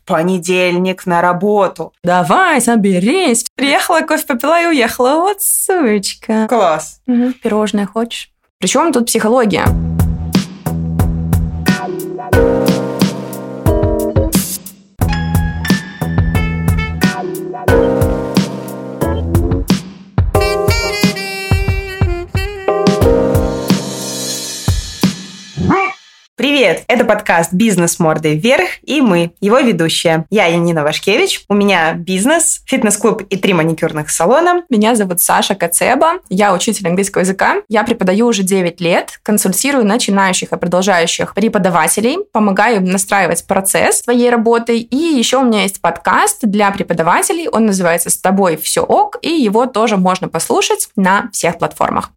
понедельник на работу. Давай, соберись. Приехала, кофе попила и уехала. Вот сучка. Класс. Пирожное хочешь? Причем тут психология? Привет! Это подкаст «Бизнес мордой вверх» и мы, его ведущие. Я Янина Вашкевич, у меня бизнес, фитнес-клуб и 3 маникюрных салона. Меня зовут Саша Кацеба, я учитель английского языка. Я преподаю уже 9 лет, консультирую начинающих и продолжающих преподавателей, помогаю им настраивать процесс своей работы. И еще у меня есть подкаст для преподавателей, он называется «С тобой все ок», и его тоже можно послушать на всех платформах.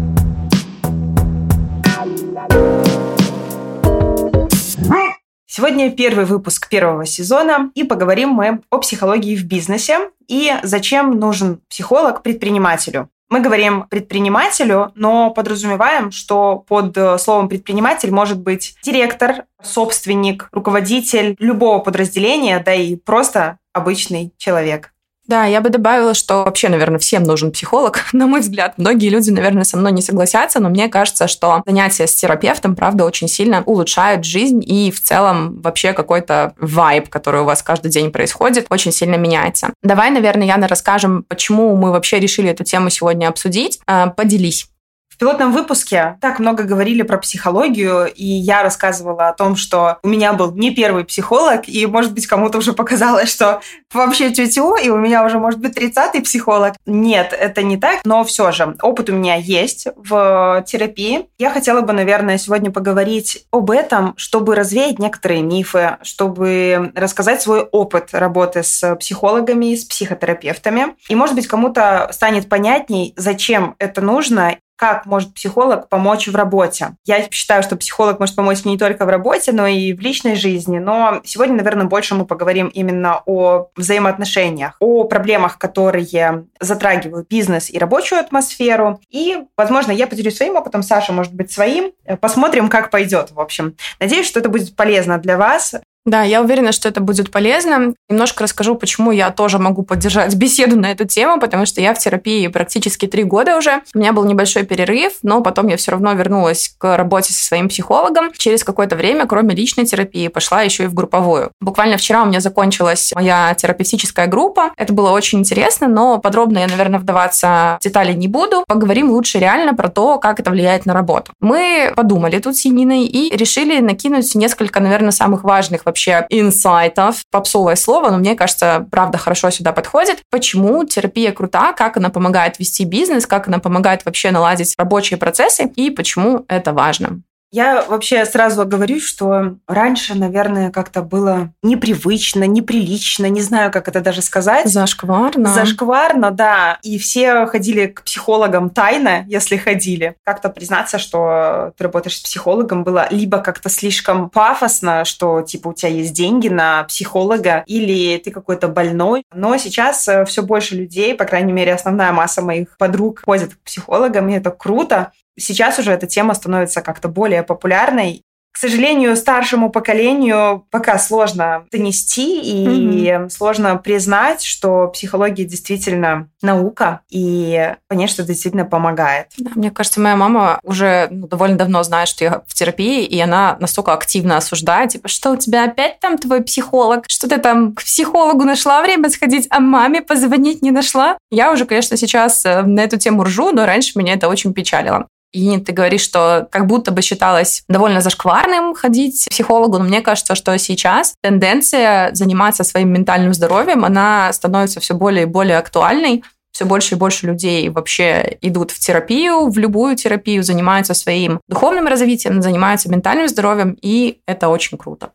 Сегодня первый выпуск первого сезона, и поговорим мы о психологии в бизнесе и зачем нужен психолог предпринимателю. Мы говорим предпринимателю, но подразумеваем, что под словом предприниматель может быть директор, собственник, руководитель любого подразделения, да и просто обычный человек. Да, я бы добавила, что вообще, наверное, всем нужен психолог. На мой взгляд, многие люди, наверное, со мной не согласятся, но мне кажется, что занятия с терапевтом, правда, очень сильно улучшают жизнь и в целом вообще какой-то вайб, который у вас каждый день происходит, очень сильно меняется. Давай, наверное, Яна, расскажем, почему мы вообще решили эту тему сегодня обсудить. Поделись. В пилотном выпуске так много говорили про психологию, и я рассказывала о том, что у меня был не первый психолог, и, может быть, кому-то уже показалось, что вообще тю-тю, и у меня уже, может быть, 30-й психолог. Нет, это не так, но все же опыт у меня есть в терапии. Я хотела бы, наверное, сегодня поговорить об этом, чтобы развеять некоторые мифы, чтобы рассказать свой опыт работы с психологами, с психотерапевтами. И, может быть, кому-то станет понятней, зачем это нужно, как может психолог помочь в работе. Я считаю, что психолог может помочь не только в работе, но и в личной жизни. Но сегодня, наверное, больше мы поговорим именно о взаимоотношениях, о проблемах, которые затрагивают бизнес и рабочую атмосферу. И, возможно, я поделюсь своим опытом, Саша, может быть, своим. Посмотрим, как пойдет, в общем. Надеюсь, что это будет полезно для вас. Да, я уверена, что это будет полезно. Немножко расскажу, почему я тоже могу поддержать беседу на эту тему, потому что я в терапии практически 3 года уже. У меня был небольшой перерыв, но потом я все равно вернулась к работе со своим психологом. Через какое-то время, кроме личной терапии, пошла еще и в групповую. Буквально вчера у меня закончилась моя терапевтическая группа. Это было очень интересно, но подробно я, наверное, вдаваться в детали не буду. Поговорим лучше реально про то, как это влияет на работу. Мы подумали тут с Яниной и решили накинуть несколько, наверное, самых важных вообще инсайтов, попсовое слово, но мне кажется, правда хорошо сюда подходит. Почему терапия крута, как она помогает вести бизнес, как она помогает вообще наладить рабочие процессы и почему это важно. Я вообще сразу говорю, что раньше, наверное, как-то было непривычно, неприлично, не знаю, как это даже сказать. Зашкварно. Зашкварно, да. И все ходили к психологам тайно, если ходили. Как-то признаться, что ты работаешь с психологом, было либо как-то слишком пафосно, что типа у тебя есть деньги на психолога, или ты какой-то больной. Но сейчас все больше людей, по крайней мере, основная масса моих подруг ходят к психологам, и это круто. Сейчас уже эта тема становится как-то более популярной. К сожалению, старшему поколению пока сложно донести и сложно признать, что психология действительно наука и, конечно, это действительно помогает. Да, мне кажется, моя мама уже довольно давно знает, что я в терапии, и она настолько активно осуждает, типа, что у тебя опять там твой психолог, что ты там к психологу нашла время сходить, а маме позвонить не нашла. Я уже, конечно, сейчас на эту тему ржу, но раньше меня это очень печалило. И ты говоришь, что как будто бы считалось довольно зашкварным ходить к психологу, но мне кажется, что сейчас тенденция заниматься своим ментальным здоровьем, она становится все более и более актуальной. Все больше и больше людей вообще идут в терапию, в любую терапию, занимаются своим духовным развитием, занимаются ментальным здоровьем, и это очень круто.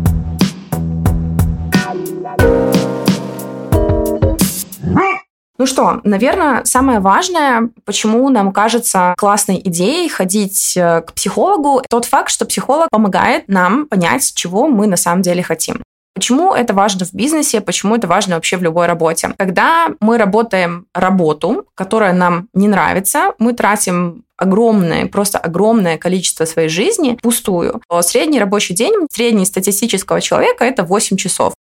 Ну что, наверное, самое важное, почему нам кажется классной идеей ходить к психологу, тот факт, что психолог помогает нам понять, чего мы на самом деле хотим. Почему это важно в бизнесе, почему это важно вообще в любой работе? Когда мы работаем работу, которая нам не нравится, мы тратим просто огромное количество своей жизни впустую. Средний рабочий день среднестатистического человека – это 8 часов.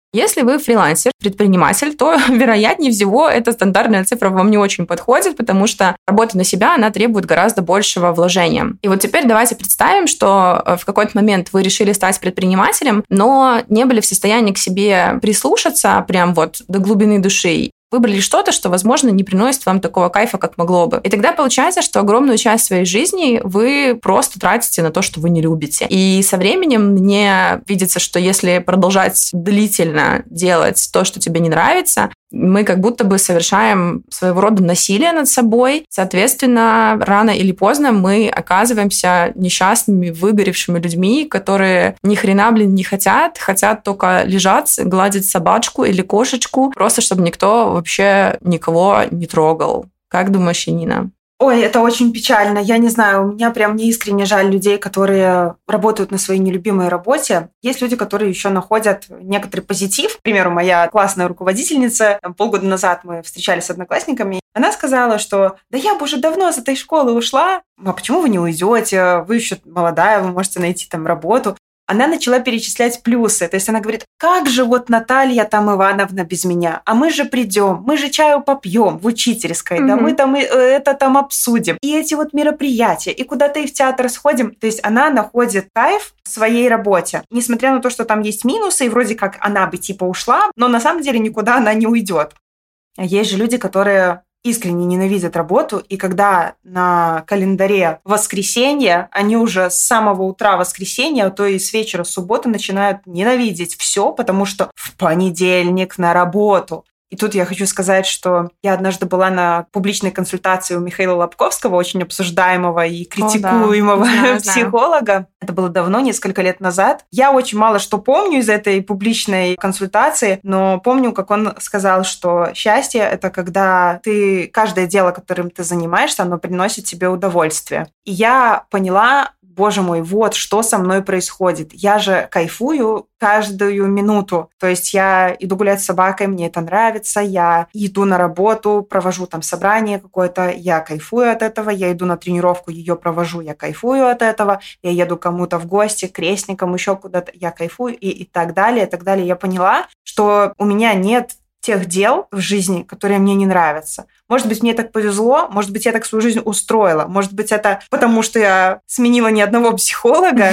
Если вы фрилансер, предприниматель, то, вероятнее всего, эта стандартная цифра вам не очень подходит, потому что работа на себя, она требует гораздо большего вложения. И вот теперь давайте представим, что в какой-то момент вы решили стать предпринимателем, но не были в состоянии к себе прислушаться прям вот до глубины души. Выбрали что-то, что, возможно, не приносит вам такого кайфа, как могло бы. И тогда получается, что огромную часть своей жизни вы просто тратите на то, что вы не любите. И со временем мне видится, что если продолжать длительно делать то, что тебе не нравится, мы как будто бы совершаем своего рода насилие над собой. Соответственно, рано или поздно мы оказываемся несчастными, выгоревшими людьми, которые ни хрена, не хотят только лежать, гладить собачку или кошечку, просто чтобы никто вообще никого не трогал. Как думаешь, Янина? Ой, это очень печально. Я не знаю, у меня прям неискренне жаль людей, которые работают на своей нелюбимой работе. Есть люди, которые еще находят некоторый позитив. К примеру, моя классная руководительница, полгода назад мы встречались с одноклассниками, она сказала, что да я бы уже давно с этой школы ушла. А почему вы не уйдете? Вы еще молодая, вы можете найти там работу. Она начала перечислять плюсы. То есть она говорит, как же вот Наталья там Ивановна без меня? А мы же придем, мы же чаю попьем в учительской, да, мы там это там обсудим. И эти вот мероприятия, и куда-то и в театр сходим. То есть она находит кайф в своей работе. Несмотря на то, что там есть минусы, и вроде как она бы типа ушла, но на самом деле никуда она не уйдет. Есть же люди, которые искренне ненавидят работу, и когда на календаре воскресенье, они уже с самого утра воскресенья, а то и с вечера субботы начинают ненавидеть все, потому что в понедельник на работу. И тут я хочу сказать, что я однажды была на публичной консультации у Михаила Лобковского, очень обсуждаемого и критикуемого психолога. Это было давно, несколько лет назад. Я очень мало что помню из этой публичной консультации, но помню, как он сказал, что счастье — это когда каждое дело, которым ты занимаешься, оно приносит тебе удовольствие. И я поняла, боже мой, вот что со мной происходит. Я же кайфую каждую минуту. То есть я иду гулять с собакой, мне это нравится, я иду на работу, провожу там собрание какое-то, я кайфую от этого, я иду на тренировку, ее провожу, я кайфую от этого, я еду кому-то в гости, к крестникам, еще куда-то, я кайфую и так далее, и так далее. Я поняла, что у меня нет тех дел в жизни, которые мне не нравятся. Может быть, мне так повезло, может быть, я так свою жизнь устроила, может быть, это потому, что я сменила ни одного психолога.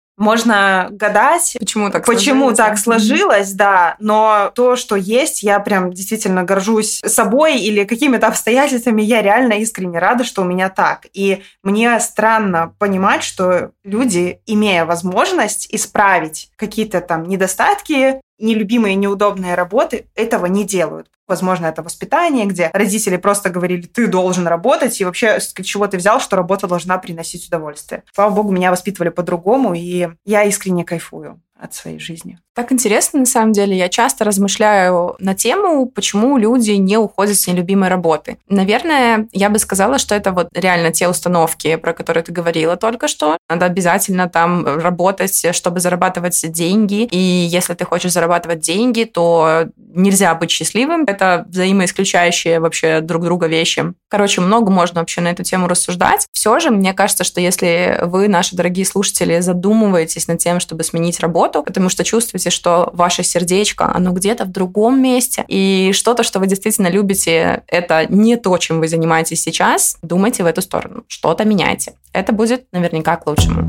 Можно гадать, почему так сложилось, да, но то, что есть, я прям действительно горжусь собой или какими-то обстоятельствами, я реально искренне рада, что у меня так. И мне странно понимать, что люди, имея возможность исправить какие-то там недостатки, нелюбимые, неудобные работы, этого не делают. Возможно, это воспитание, где родители просто говорили, ты должен работать, и вообще с чего ты взял, что работа должна приносить удовольствие. Слава богу, меня воспитывали по-другому, и я искренне кайфую от своей жизни. Так интересно, на самом деле. Я часто размышляю на тему, почему люди не уходят с нелюбимой работы. Наверное, я бы сказала, что это вот реально те установки, про которые ты говорила только что. Надо обязательно там работать, чтобы зарабатывать деньги. И если ты хочешь зарабатывать деньги, то нельзя быть счастливым. Это взаимоисключающие вообще друг друга вещи. Короче, много можно вообще на эту тему рассуждать. Все же, мне кажется, что если вы, наши дорогие слушатели, задумываетесь над тем, чтобы сменить работу, потому что чувствуете, что ваше сердечко, оно где-то в другом месте, и что-то, что вы действительно любите, это не то, чем вы занимаетесь сейчас, думайте в эту сторону, что-то меняйте. Это будет наверняка к лучшему.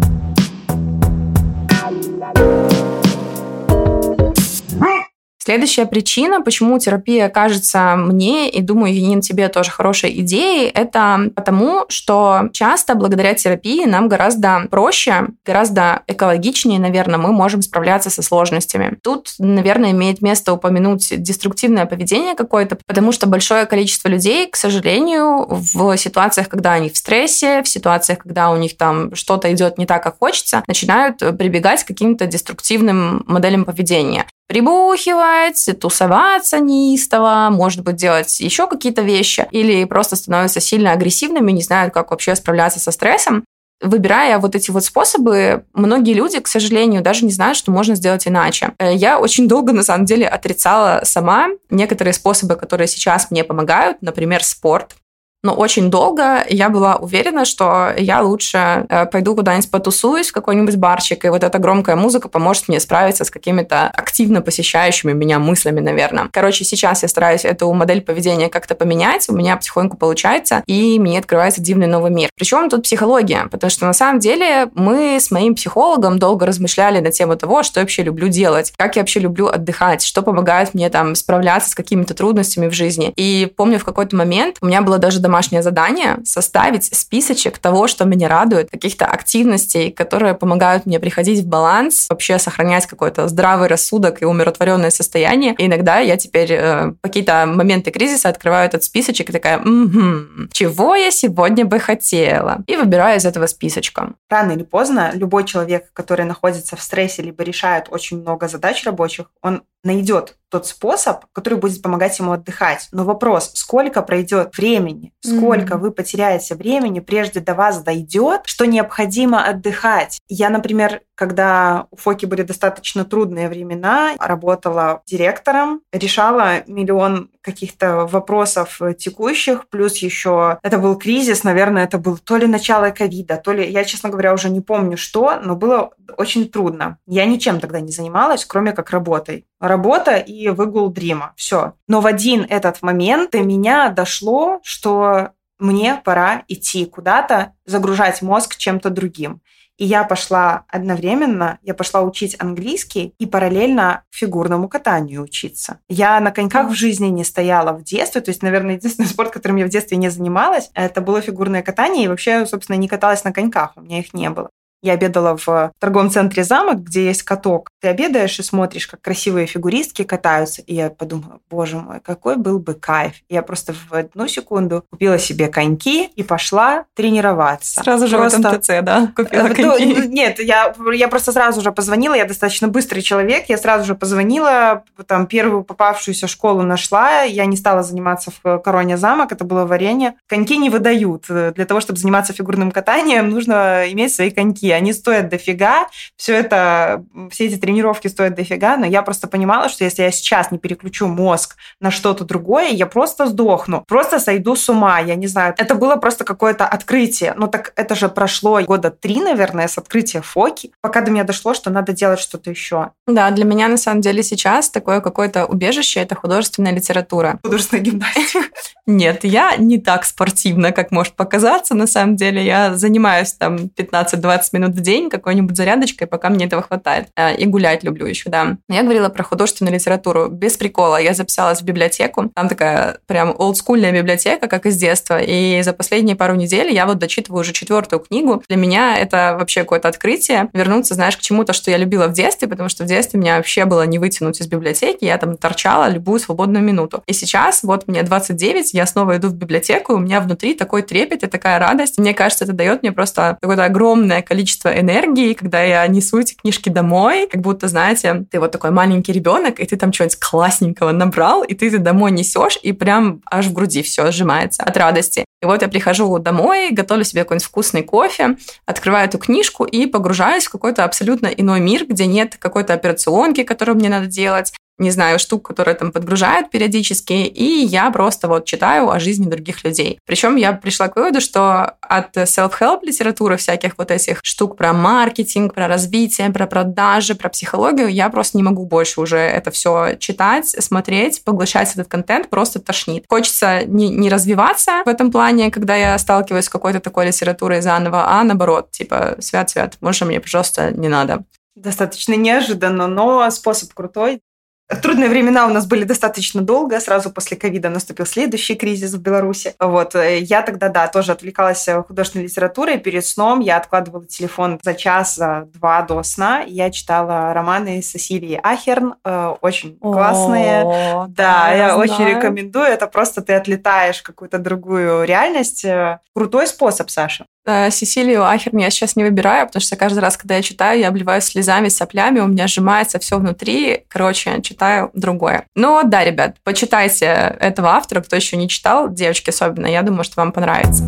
Следующая причина, почему терапия кажется мне, и думаю, Янин, тебе тоже хорошей идеей, это потому, что часто благодаря терапии нам гораздо проще, гораздо экологичнее, наверное, мы можем справляться со сложностями. Тут, наверное, имеет место упомянуть деструктивное поведение какое-то, потому что большое количество людей, к сожалению, в ситуациях, когда они в стрессе, в ситуациях, когда у них там что-то идет не так, как хочется, начинают прибегать к каким-то деструктивным моделям поведения. Прибухивать, тусоваться неистово, может быть, делать еще какие-то вещи, или просто становятся сильно агрессивными, не знают, как вообще справляться со стрессом. Выбирая вот эти вот способы, многие люди, к сожалению, даже не знают, что можно сделать иначе. Я очень долго, на самом деле, отрицала сама некоторые способы, которые сейчас мне помогают, например, спорт. но очень долго я была уверена, что я лучше пойду куда-нибудь потусуюсь в какой-нибудь барчик, и вот эта громкая музыка поможет мне справиться с какими-то активно посещающими меня мыслями, наверное. Короче, сейчас я стараюсь эту модель поведения как-то поменять, у меня потихоньку получается, и мне открывается дивный новый мир. Причем тут психология, потому что на самом деле мы с моим психологом долго размышляли на тему того, что я вообще люблю делать, как я вообще люблю отдыхать, что помогает мне там справляться с какими-то трудностями в жизни. И помню, в какой-то момент у меня было даже домашнее задание составить списочек того, что меня радует, каких-то активностей, которые помогают мне приходить в баланс, вообще сохранять какой-то здравый рассудок и умиротворенное состояние. И иногда я теперь в какие-то моменты кризиса открываю этот списочек и такая, чего я сегодня бы хотела? И выбираю из этого списочка. Рано или поздно любой человек, который находится в стрессе либо решает очень много задач рабочих, он найдет тот способ, который будет помогать ему отдыхать. Но вопрос, сколько пройдет времени, сколько вы потеряете времени, прежде до вас дойдет, что необходимо отдыхать. Я, например, когда у Фоки были достаточно трудные времена, работала директором, решала миллион каких-то вопросов текущих, плюс еще это был кризис, наверное, это был то ли начало ковида, то ли, я, честно говоря, уже не помню что, но было очень трудно. Я ничем тогда не занималась, кроме как работой. Работа и выгул Дрима. Все. Но в один этот момент до меня дошло, что мне пора идти куда-то, загружать мозг чем-то другим. И я пошла учить английский и параллельно фигурному катанию учиться. Я на коньках в жизни не стояла в детстве, то есть, наверное, единственный спорт, которым я в детстве не занималась, это было фигурное катание, и вообще, собственно, не каталась на коньках, у меня их не было. Я обедала в торговом центре «Замок», где есть каток. Ты обедаешь и смотришь, как красивые фигуристки катаются. И я подумала, боже мой, какой был бы кайф. Я просто в одну секунду купила себе коньки и пошла тренироваться. Сразу же просто... в МТЦ, да? Купила коньки? Нет, я просто сразу же позвонила. Я достаточно быстрый человек. Я сразу же позвонила, там первую попавшуюся школу нашла. Я не стала заниматься в Короне «Замок». Это было варенье. Коньки не выдают. Для того, чтобы заниматься фигурным катанием, нужно иметь свои коньки. Они стоят дофига, все эти тренировки стоят дофига, но я просто понимала, что если я сейчас не переключу мозг на что-то другое, я просто сдохну, просто сойду с ума, я не знаю. Это было просто какое-то открытие. Ну так это же прошло 3 года, наверное, с открытия Фоки, пока до меня дошло, что надо делать что-то еще. Да, для меня на самом деле сейчас такое какое-то убежище – это художественная литература. Художественная гимнастика. Нет, я не так спортивна, как может показаться. На самом деле я занимаюсь там 15-20 минут в день какой-нибудь зарядочкой, пока мне этого хватает. И гулять люблю еще, да. Я говорила про художественную литературу. Без прикола. Я записалась в библиотеку. Там такая прям олдскульная библиотека, как из детства. И за последние пару недель я вот дочитываю уже 4-ю книгу. Для меня это вообще какое-то открытие. Вернуться, знаешь, к чему-то, что я любила в детстве, потому что в детстве меня вообще было не вытянуть из библиотеки. Я там торчала любую свободную минуту. И сейчас вот мне 29, я снова иду в библиотеку, и у меня внутри такой трепет и такая радость. Мне кажется, это дает мне просто какое-то огромное количество энергии, когда я несу эти книжки домой, как будто, знаете, ты вот такой маленький ребенок, и ты там что-нибудь классненького набрал, и ты это домой несешь, и прям аж в груди все сжимается от радости. И вот я прихожу домой, готовлю себе какой-нибудь вкусный кофе, открываю эту книжку и погружаюсь в какой-то абсолютно иной мир, где нет какой-то операционки, которую мне надо делать, не знаю, штук, которые там подгружают периодически, и я просто вот читаю о жизни других людей. Причем я пришла к выводу, что от self-help литературы, всяких вот этих штук про маркетинг, про развитие, про продажи, про психологию, я просто не могу больше уже это все читать, смотреть, поглощать этот контент, просто тошнит. Хочется не развиваться в этом плане, когда я сталкиваюсь с какой-то такой литературой заново, а наоборот, типа, свят-свят, можно мне, пожалуйста, не надо. Достаточно неожиданно, но способ крутой. Трудные времена у нас были достаточно долго. Сразу после ковида наступил следующий кризис в Беларуси. Вот. Я тогда, да, тоже отвлекалась художественной литературой. Перед сном я откладывала телефон за час, за 2 до сна. Я читала романы Сесилии Ахерн. Очень классные. Да, я очень рекомендую. Это просто ты отлетаешь в какую-то другую реальность. Крутой способ, Саша. Сесилию Ахерн я сейчас не выбираю, потому что каждый раз, когда я читаю, я обливаюсь слезами, соплями, у меня сжимается все внутри. Короче, читаю другое. Но да, ребят, почитайте этого автора, кто еще не читал, девочки особенно, я думаю, что вам понравится.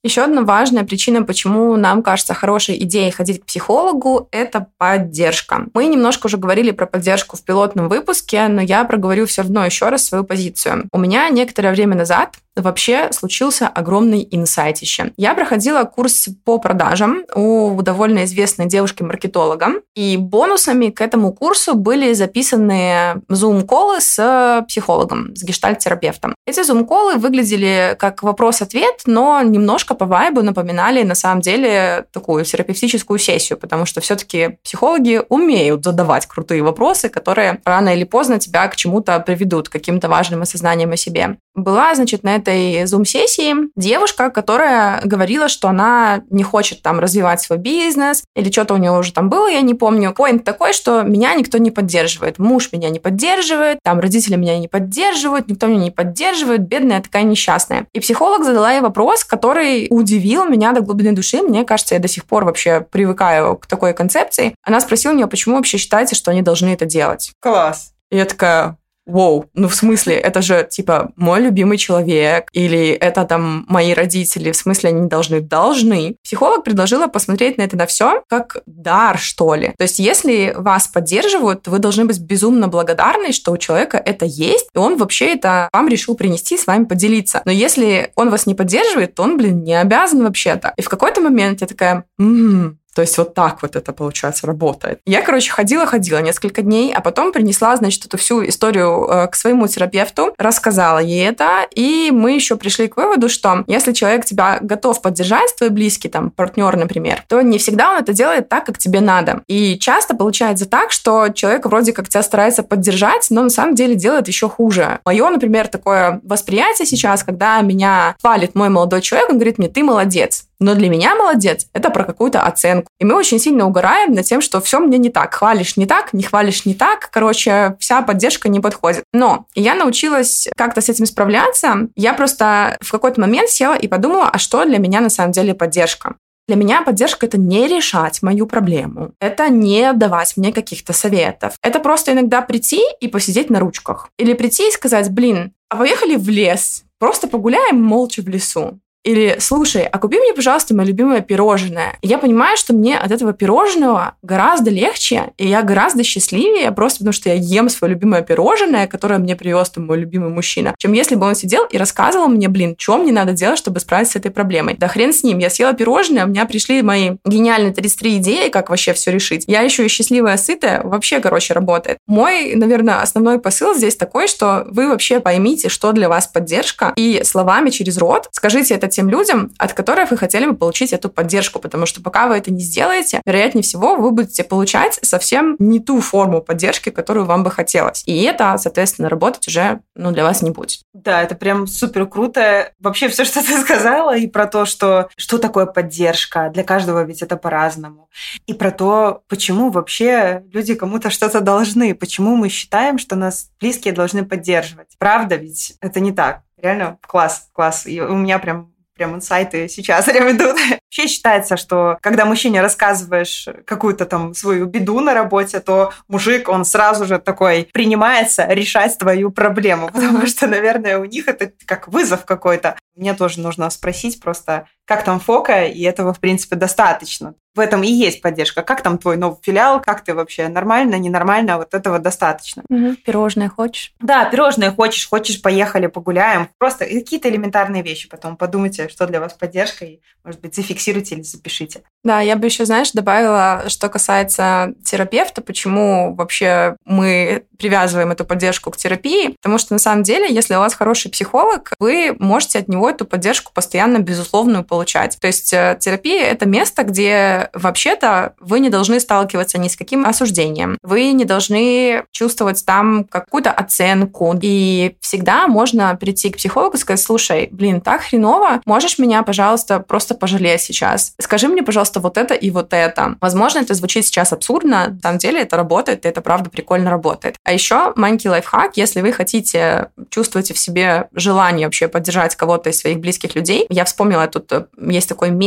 Еще одна важная причина, почему нам кажется хорошей идеей ходить к психологу, это поддержка. Мы немножко уже говорили про поддержку в пилотном выпуске, но я проговорю все равно еще раз свою позицию. У меня некоторое время назад вообще случился огромный инсайтище. Я проходила курс по продажам у довольно известной девушки-маркетолога, и бонусами к этому курсу были записаны зум-колы с психологом, с гештальт-терапевтом. Эти зум-колы выглядели как вопрос-ответ, но немножко по вайбу напоминали на самом деле такую терапевтическую сессию, потому что все-таки психологи умеют задавать крутые вопросы, которые рано или поздно тебя к чему-то приведут, к каким-то важным осознаниям о себе. Была, значит, на этой зум-сессии девушка, которая говорила, что она не хочет там развивать свой бизнес, или что-то у нее уже там было, я не помню. Поинт такой, что меня никто не поддерживает. Муж меня не поддерживает, там родители меня не поддерживают, никто меня не поддерживает, бедная такая несчастная. И психолог задала ей вопрос, который удивил меня до глубины души. Мне кажется, я до сих пор вообще привыкаю к такой концепции. Она спросила у нее, почему вообще считаете, что они должны это делать. Класс. И я такая... Воу, ну в смысле, это же типа мой любимый человек, или это там мои родители, в смысле они должны. Психолог предложила посмотреть на это на все как дар, что ли. То есть если вас поддерживают, то вы должны быть безумно благодарны, что у человека это есть, и он вообще это вам решил принести, с вами поделиться. Но если он вас не поддерживает, то он, не обязан вообще-то. И в какой-то момент я такая... То есть вот так вот это, получается, работает. Я, ходила несколько дней, а потом принесла, значит, эту всю историю к своему терапевту, рассказала ей это, и мы еще пришли к выводу, что если человек тебя готов поддержать, твой близкий, там, партнер, например, то не всегда он это делает так, как тебе надо. И часто получается так, что человек вроде как тебя старается поддержать, но на самом деле делает еще хуже. Мое, например, такое восприятие сейчас, когда меня хвалит мой молодой человек, он говорит мне: ты молодец. Но для меня молодец – это про какую-то оценку. И мы очень сильно угораем над тем, что все мне не так. Хвалишь не так, не хвалишь не так. Короче, вся поддержка не подходит. Но я научилась как-то с этим справляться. Я просто в какой-то момент села и подумала, а что для меня на самом деле поддержка? Для меня поддержка – это не решать мою проблему. Это не давать мне каких-то советов. Это просто иногда прийти и посидеть на ручках. Или прийти и сказать: а поехали в лес, просто погуляем молча в лесу. Или: слушай, а купи мне, пожалуйста, мое любимое пирожное. И я понимаю, что мне от этого пирожного гораздо легче, и я гораздо счастливее, просто потому что я ем свое любимое пирожное, которое мне привез там мой любимый мужчина, чем если бы он сидел и рассказывал мне: что мне надо делать, чтобы справиться с этой проблемой. Да хрен с ним, я съела пирожное, у меня пришли мои гениальные 33 идеи, как вообще все решить. Я еще и счастливая, сытая, вообще, работает. Мой, наверное, основной посыл здесь такой, что вы вообще поймите, что для вас поддержка, и словами через рот скажите это тем людям, от которых вы хотели бы получить эту поддержку, потому что пока вы это не сделаете, вероятнее всего, вы будете получать совсем не ту форму поддержки, которую вам бы хотелось. И это, соответственно, работать уже для вас не будет. Да, это прям супер круто. Вообще все, что ты сказала, и про то, что такое поддержка. Для каждого ведь это по-разному. И про то, почему вообще люди кому-то что-то должны, почему мы считаем, что нас близкие должны поддерживать. Правда ведь это не так. Реально класс. И у меня прям инсайты сейчас прям идут. Вообще считается, что когда мужчине рассказываешь какую-то там свою беду на работе, то мужик, он сразу же такой принимается решать твою проблему, потому что, наверное, у них это как вызов какой-то. Мне тоже нужно спросить просто, как там Фока, и этого, в принципе, достаточно. В этом и есть поддержка. Как там твой новый филиал? Как ты вообще? Нормально, ненормально? Вот этого достаточно. Пирожное хочешь? Да, пирожное хочешь, поехали, погуляем. Просто какие-то элементарные вещи. Потом подумайте, что для вас поддержка, и, может быть, зафиксируйте или запишите. Да, я бы еще, добавила, что касается терапевта, почему вообще мы привязываем эту поддержку к терапии, потому что, на самом деле, если у вас хороший психолог, вы можете от него эту поддержку постоянно, безусловную, получать. То есть терапия – это место, где вообще-то вы не должны сталкиваться ни с каким осуждением, вы не должны чувствовать там какую-то оценку, и всегда можно прийти к психологу и сказать: слушай, так хреново, можешь меня, пожалуйста, просто пожалеть сейчас? Скажи мне, пожалуйста, вот это и вот это. Возможно, это звучит сейчас абсурдно, на самом деле это работает, и это правда прикольно работает. А еще маленький лайфхак: если вы чувствуете в себе желание вообще поддержать кого-то из своих близких людей. Я вспомнила, тут есть такой мем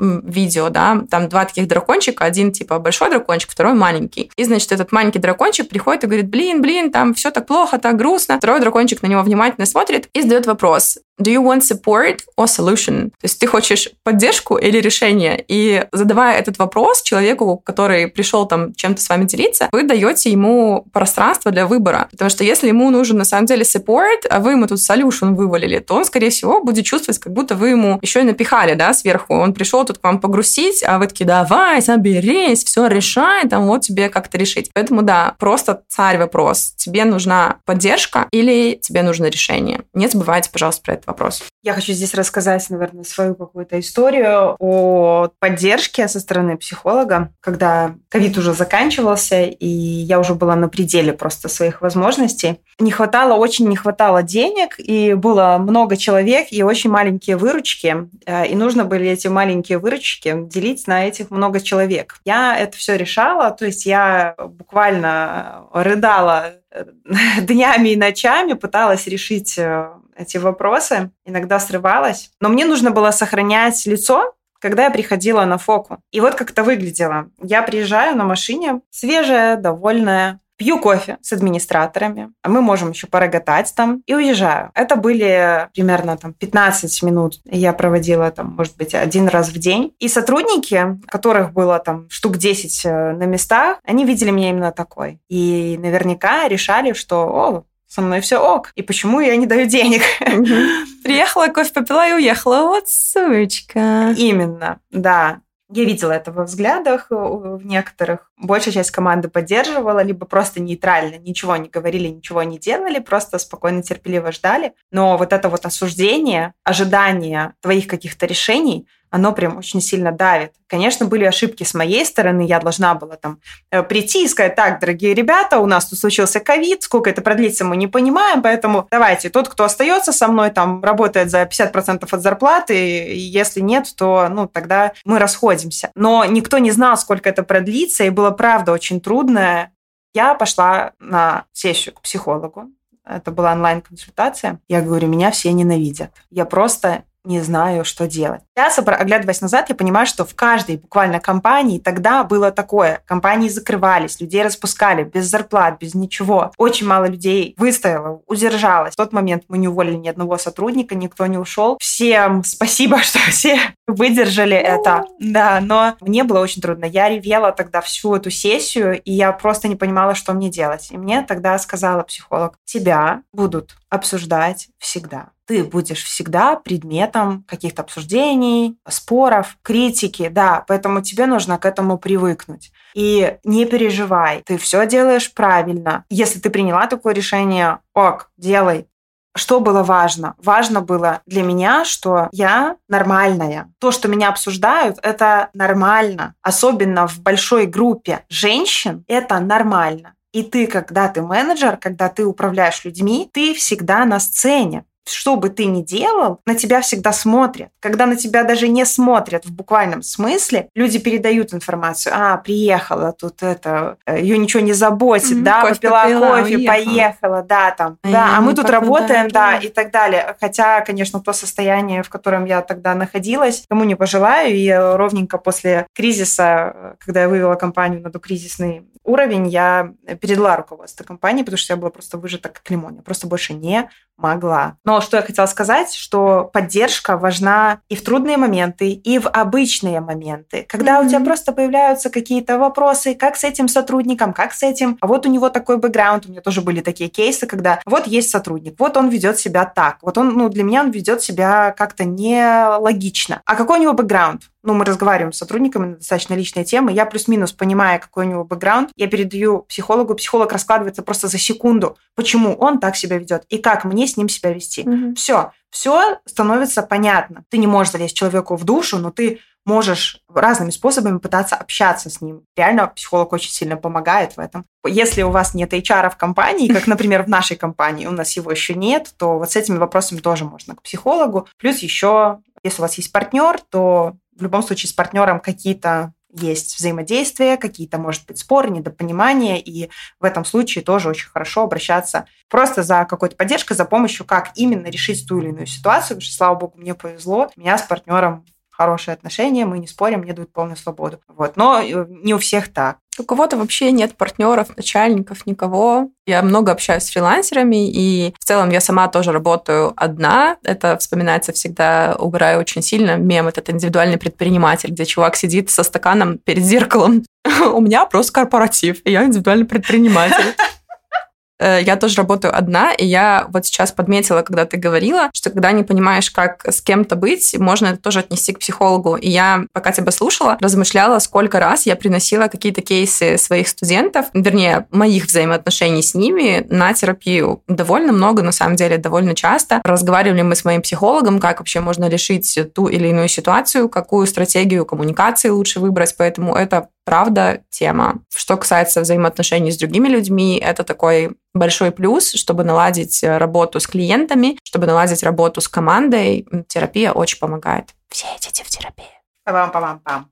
видео, да, там 2 таких дракончика, один типа большой дракончик, второй маленький. И, значит, этот маленький дракончик приходит и говорит: блин, там все так плохо, так грустно. Второй дракончик на него внимательно смотрит и задает вопрос: Do you want support or solution? То есть ты хочешь поддержку или решение? И задавая этот вопрос человеку, который пришел там чем-то с вами делиться, вы даете ему пространство для выбора. Потому что если ему нужен на самом деле support, а вы ему тут solution вывалили, то он, скорее всего, будет чувствовать, как будто вы ему еще и напихали, да, сверху. Он пришел тут к вам погрустить, а вы такие: давай, соберись, все решай, там вот тебе как-то решить. Поэтому да, просто царь вопрос. Тебе нужна поддержка или тебе нужно решение? Не забывайте, пожалуйста, про этот вопрос. Я хочу здесь рассказать, наверное, свою какую-то историю о поддержке со стороны психолога, когда ковид уже заканчивался, и я уже была на пределе просто своих возможностей. Очень не хватало денег, и было много человек, и очень маленькие выручки, и нужно были эти маленькие выручки делить на этих много человек. Я это все решала, то есть я буквально рыдала днями и ночами, пыталась решить эти вопросы, иногда срывалась. Но мне нужно было сохранять лицо, когда я приходила на фоку. И вот как это выглядело. Я приезжаю на машине, свежая, довольная, пью кофе с администраторами, а мы можем еще пороготать там, и уезжаю. Это были примерно 15 минут. Я проводила там, может быть, 1 раз в день. И сотрудники, которых было там штук 10 на местах, они видели меня именно такой. И наверняка решали, что со мной все ок. И почему я не даю денег? Приехала, кофе попила и уехала. Вот сучка. Именно, да. Я видела это во взглядах в некоторых. Большая часть команды поддерживала, либо просто нейтрально, ничего не говорили, ничего не делали, просто спокойно, терпеливо ждали. Но вот это вот осуждение, ожидание твоих каких-то решений, оно прям очень сильно давит. Конечно, были ошибки с моей стороны. Я должна была там прийти и сказать: так, дорогие ребята, у нас тут случился ковид, сколько это продлится, мы не понимаем, поэтому давайте, тот, кто остается со мной, там, работает за 50% от зарплаты, и если нет, то, тогда мы расходимся. Но никто не знал, сколько это продлится, и было, правда, очень трудно. Я пошла на сессию к психологу. Это была онлайн-консультация. Я говорю: меня все ненавидят. Я просто не знаю, что делать. Сейчас, оглядываясь назад, я понимаю, что в каждой буквально компании тогда было такое. Компании закрывались, людей распускали без зарплат, без ничего. Очень мало людей выстояло, удержалось. В тот момент мы не уволили ни одного сотрудника, никто не ушел. Всем спасибо, что все выдержали это. Да, но мне было очень трудно. Я ревела тогда всю эту сессию, и я просто не понимала, что мне делать. И мне тогда сказала психолог: тебя будут обсуждать всегда. Ты будешь всегда предметом каких-то обсуждений, споров, критики, да, поэтому тебе нужно к этому привыкнуть. И не переживай, ты все делаешь правильно. Если ты приняла такое решение, делай. Что было важно? Важно было для меня, что я нормальная. То, что меня обсуждают, это нормально. Особенно в большой группе женщин, это нормально. И ты, когда ты менеджер, когда ты управляешь людьми, ты всегда на сцене. Что бы ты ни делал, на тебя всегда смотрят. Когда на тебя даже не смотрят в буквальном смысле, люди передают информацию: приехала тут ее ничего не заботит, попила кофе, поехала, а мы тут работаем, и так далее. Хотя, конечно, то состояние, в котором я тогда находилась, кому не пожелаю, и ровненько после кризиса, когда я вывела компанию на докризисный уровень, я передала руководство компании, потому что я была просто выжата как лимон. Я просто больше не могла. Но что я хотела сказать, что поддержка важна и в трудные моменты, и в обычные моменты. Когда у тебя просто появляются какие-то вопросы: как с этим сотрудником, как с этим, а вот у него такой бэкграунд. У меня тоже были такие кейсы, когда вот есть сотрудник, вот он ведет себя так, вот он, для меня он ведет себя как-то нелогично. А какой у него бэкграунд? Мы разговариваем с сотрудниками на достаточно личные темы, я плюс-минус понимаю, какой у него бэкграунд, я передаю психологу, психолог раскладывается просто за секунду, почему он так себя ведет и как мне с ним себя вести. Все становится понятно. Ты не можешь залезть человеку в душу, но ты можешь разными способами пытаться общаться с ним. Реально, психолог очень сильно помогает в этом. Если у вас нет HR в компании, как, например, в нашей компании, у нас его еще нет, то вот с этими вопросами тоже можно к психологу. Плюс еще, если у вас есть партнер, то в любом случае с партнером какие-то есть взаимодействия, какие-то, может быть, споры, недопонимания, и в этом случае тоже очень хорошо обращаться просто за какой-то поддержкой, за помощью, как именно решить ту или иную ситуацию, потому что, слава богу, мне повезло, у меня с партнером хорошие отношения, мы не спорим, мне дают полную свободу. Вот. Но не у всех так. У кого-то вообще нет партнеров, начальников, никого. Я много общаюсь с фрилансерами, и в целом я сама тоже работаю одна. Это вспоминается всегда, угораю очень сильно. Мем этот индивидуальный предприниматель, где чувак сидит со стаканом перед зеркалом. У меня просто корпоратив, и я индивидуальный предприниматель. Я тоже работаю одна, и я вот сейчас подметила, когда ты говорила, что когда не понимаешь, как с кем-то быть, можно это тоже отнести к психологу. И я, пока тебя слушала, размышляла, сколько раз я приносила какие-то кейсы своих студентов, вернее, моих взаимоотношений с ними на терапию. Довольно много, на самом деле, довольно часто. Разговаривали мы с моим психологом, как вообще можно решить ту или иную ситуацию, какую стратегию коммуникации лучше выбрать, поэтому это правда тема. Что касается взаимоотношений с другими людьми, это такой большой плюс, чтобы наладить работу с клиентами, чтобы наладить работу с командой. Терапия очень помогает. Все идите в терапию. Пам-пам-пам-пам.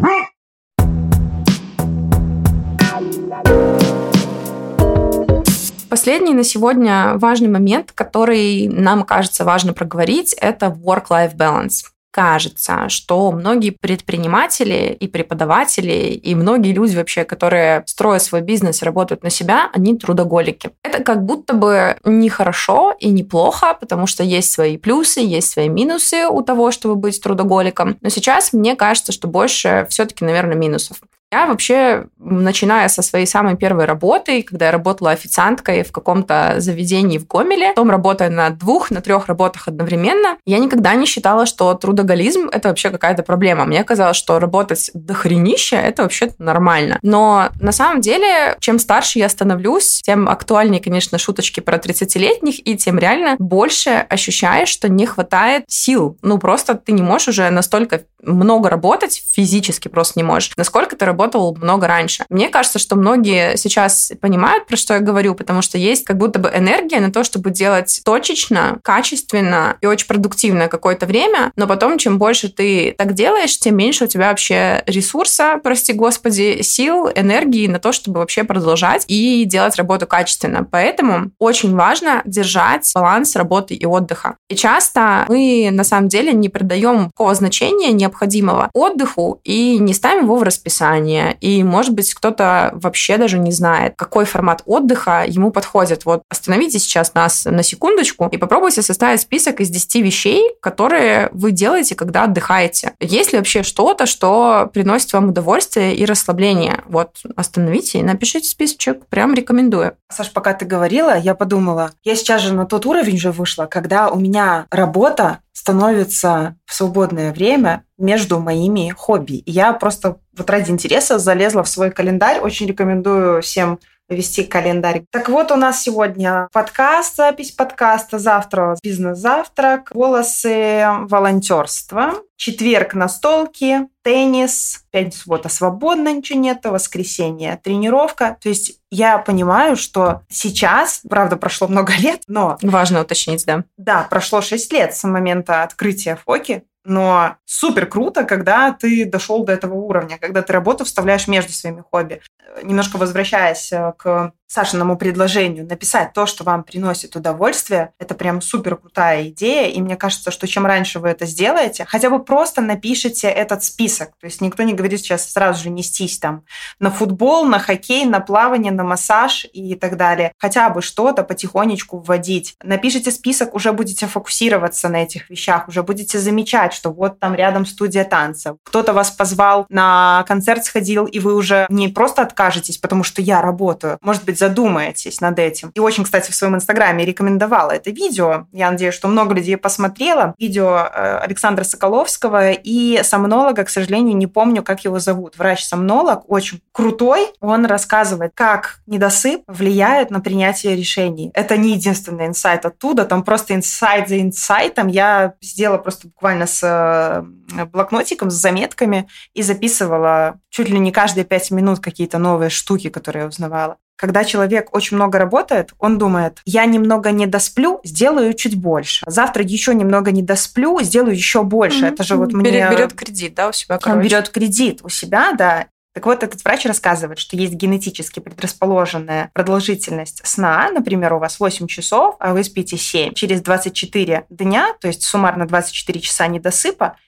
Последний на сегодня важный момент, который нам кажется важно проговорить, это work-life balance. Кажется, что многие предприниматели и преподаватели, и многие люди вообще, которые строят свой бизнес и работают на себя, они трудоголики. Это как будто бы не хорошо и не плохо, потому что есть свои плюсы, есть свои минусы у того, чтобы быть трудоголиком. Но сейчас мне кажется, что больше все-таки, наверное, минусов. Я вообще, начиная со своей самой первой работы, когда я работала официанткой в каком-то заведении в Гомеле, потом работая на 2, на 3 работах одновременно, я никогда не считала, что трудоголизм — это вообще какая-то проблема. Мне казалось, что работать дохренища — это вообще нормально. Но на самом деле, чем старше я становлюсь, тем актуальнее, конечно, шуточки про 30-летних, и тем реально больше ощущаешь, что не хватает сил. Просто ты не можешь уже настолько много работать, физически просто не можешь, насколько ты работал много раньше. Мне кажется, что многие сейчас понимают, про что я говорю, потому что есть как будто бы энергия на то, чтобы делать точечно, качественно и очень продуктивно какое-то время, но потом, чем больше ты так делаешь, тем меньше у тебя вообще ресурса, прости господи, сил, энергии на то, чтобы вообще продолжать и делать работу качественно. Поэтому очень важно держать баланс работы и отдыха. И часто мы, на самом деле, не придаем такого значения необходимого отдыху и не ставим его в расписание. И, может быть, кто-то вообще даже не знает, какой формат отдыха ему подходит. Вот остановите сейчас нас на секундочку и попробуйте составить список из 10 вещей, которые вы делаете, когда отдыхаете. Есть ли вообще что-то, что приносит вам удовольствие и расслабление? Вот остановите и напишите списочек. Прям рекомендую. Саш, пока ты говорила, я подумала, я сейчас же на тот уровень же вышла, когда у меня работа становится в свободное время между моими хобби. И я просто вот ради интереса залезла в свой календарь. Очень рекомендую всем вести календарь. Так вот, у нас сегодня подкаст, запись подкаста, завтра бизнес-завтрак, волосы, волонтерство, четверг настолки, теннис, пятница, суббота свободно, ничего нет, воскресенье тренировка. То есть я понимаю, что сейчас, правда, прошло много лет, но... Важно уточнить, да. Да, прошло 6 лет с момента открытия ФОКи, но супер круто, когда ты дошел до этого уровня, когда ты работу вставляешь между своими хобби. Немножко возвращаясь к Сашиному предложению написать то, что вам приносит удовольствие, это прям супер крутая идея, и мне кажется, что чем раньше вы это сделаете, хотя бы просто напишите этот список, то есть никто не говорит сейчас сразу же нестись там на футбол, на хоккей, на плавание, на массаж и так далее, хотя бы что-то потихонечку вводить. Напишите список, уже будете фокусироваться на этих вещах, уже будете замечать, что вот там рядом студия танца, кто-то вас позвал на концерт, сходил, и вы уже не просто откажетесь, потому что я работаю, может быть, задумаетесь над этим. И очень, кстати, в своем инстаграме рекомендовала это видео. Я надеюсь, что много людей посмотрело. Видео Александра Соколовского и сомнолога, к сожалению, не помню, как его зовут. Врач-сомнолог, очень крутой. Он рассказывает, как недосып влияет на принятие решений. Это не единственный инсайт оттуда. Там просто инсайт за инсайтом. Я сделала просто буквально с блокнотиком, с заметками и записывала чуть ли не каждые 5 минут какие-то новые штуки, которые я узнавала. Когда человек очень много работает, он думает, я немного не досплю, сделаю чуть больше. Завтра еще немного не досплю, сделаю еще больше. Это же вот мне... Берет кредит, да, у себя, короче. Он берет кредит у себя, да. Так вот, этот врач рассказывает, что есть генетически предрасположенная продолжительность сна. Например, у вас 8 часов, а вы спите 7. Через 24 дня, то есть суммарно 24 часа недосыпа,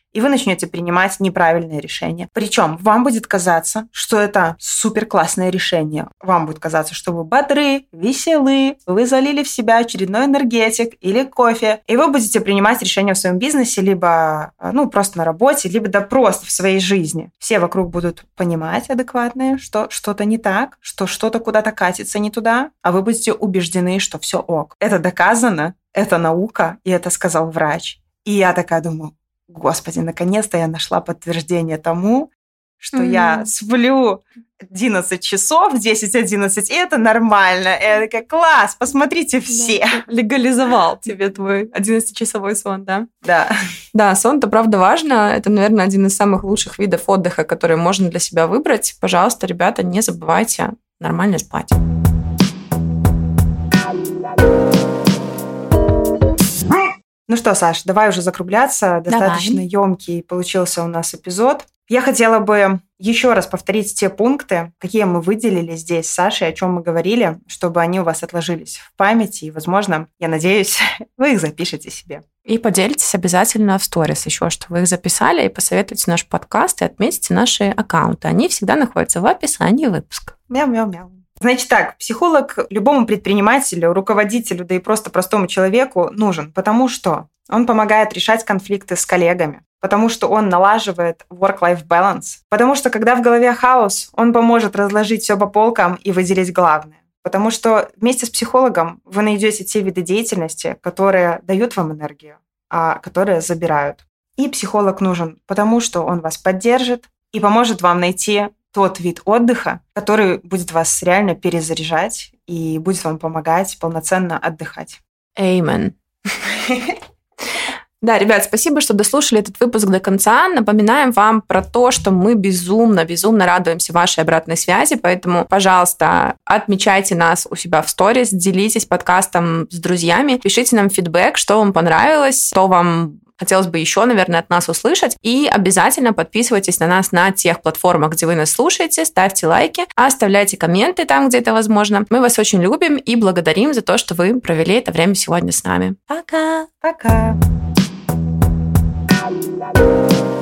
и вы начнете принимать неправильные решения. Причем вам будет казаться, что это супер классное решение. Вам будет казаться, что вы бодры, веселы, вы залили в себя очередной энергетик или кофе, и вы будете принимать решения в своем бизнесе, либо просто на работе, либо да просто в своей жизни. Все вокруг будут понимать адекватные, что что-то не так, что что-то куда-то катится не туда, а вы будете убеждены, что все ок. Это доказано, это наука, и это сказал врач. И я такая думаю, Господи, наконец-то я нашла подтверждение тому, что я сплю 11 часов, 10-11, и это нормально. И я такая, класс, посмотрите все. Легализовал тебе твой 11-часовой сон, да? Да. Да, сон-то правда важно. Это, наверное, один из самых лучших видов отдыха, который можно для себя выбрать. Пожалуйста, ребята, не забывайте нормально спать. Ну что, Саш, давай уже закругляться. Достаточно ёмкий получился у нас эпизод. Я хотела бы еще раз повторить те пункты, какие мы выделили здесь с Сашей, о чем мы говорили, чтобы они у вас отложились в памяти. И, возможно, я надеюсь, вы их запишете себе. И поделитесь обязательно в сторис еще, что вы их записали, и посоветуйте наш подкаст, и отметьте наши аккаунты. Они всегда находятся в описании выпуска. Мяу-мяу-мяу. Значит так, психолог любому предпринимателю, руководителю, да и просто простому человеку нужен, потому что он помогает решать конфликты с коллегами, потому что он налаживает work-life balance, потому что когда в голове хаос, он поможет разложить все по полкам и выделить главное. Потому что вместе с психологом вы найдете те виды деятельности, которые дают вам энергию, а которые забирают. И психолог нужен, потому что он вас поддержит и поможет вам найти тот вид отдыха, который будет вас реально перезаряжать и будет вам помогать полноценно отдыхать. Amen. Да, ребят, спасибо, что дослушали этот выпуск до конца. Напоминаем вам про то, что мы безумно радуемся вашей обратной связи, поэтому, пожалуйста, отмечайте нас у себя в сторис, делитесь подкастом с друзьями, пишите нам фидбэк, что вам понравилось, что вам хотелось бы еще, наверное, от нас услышать. И обязательно подписывайтесь на нас на тех платформах, где вы нас слушаете, ставьте лайки, оставляйте комменты там, где это возможно. Мы вас очень любим и благодарим за то, что вы провели это время сегодня с нами. Пока! Пока!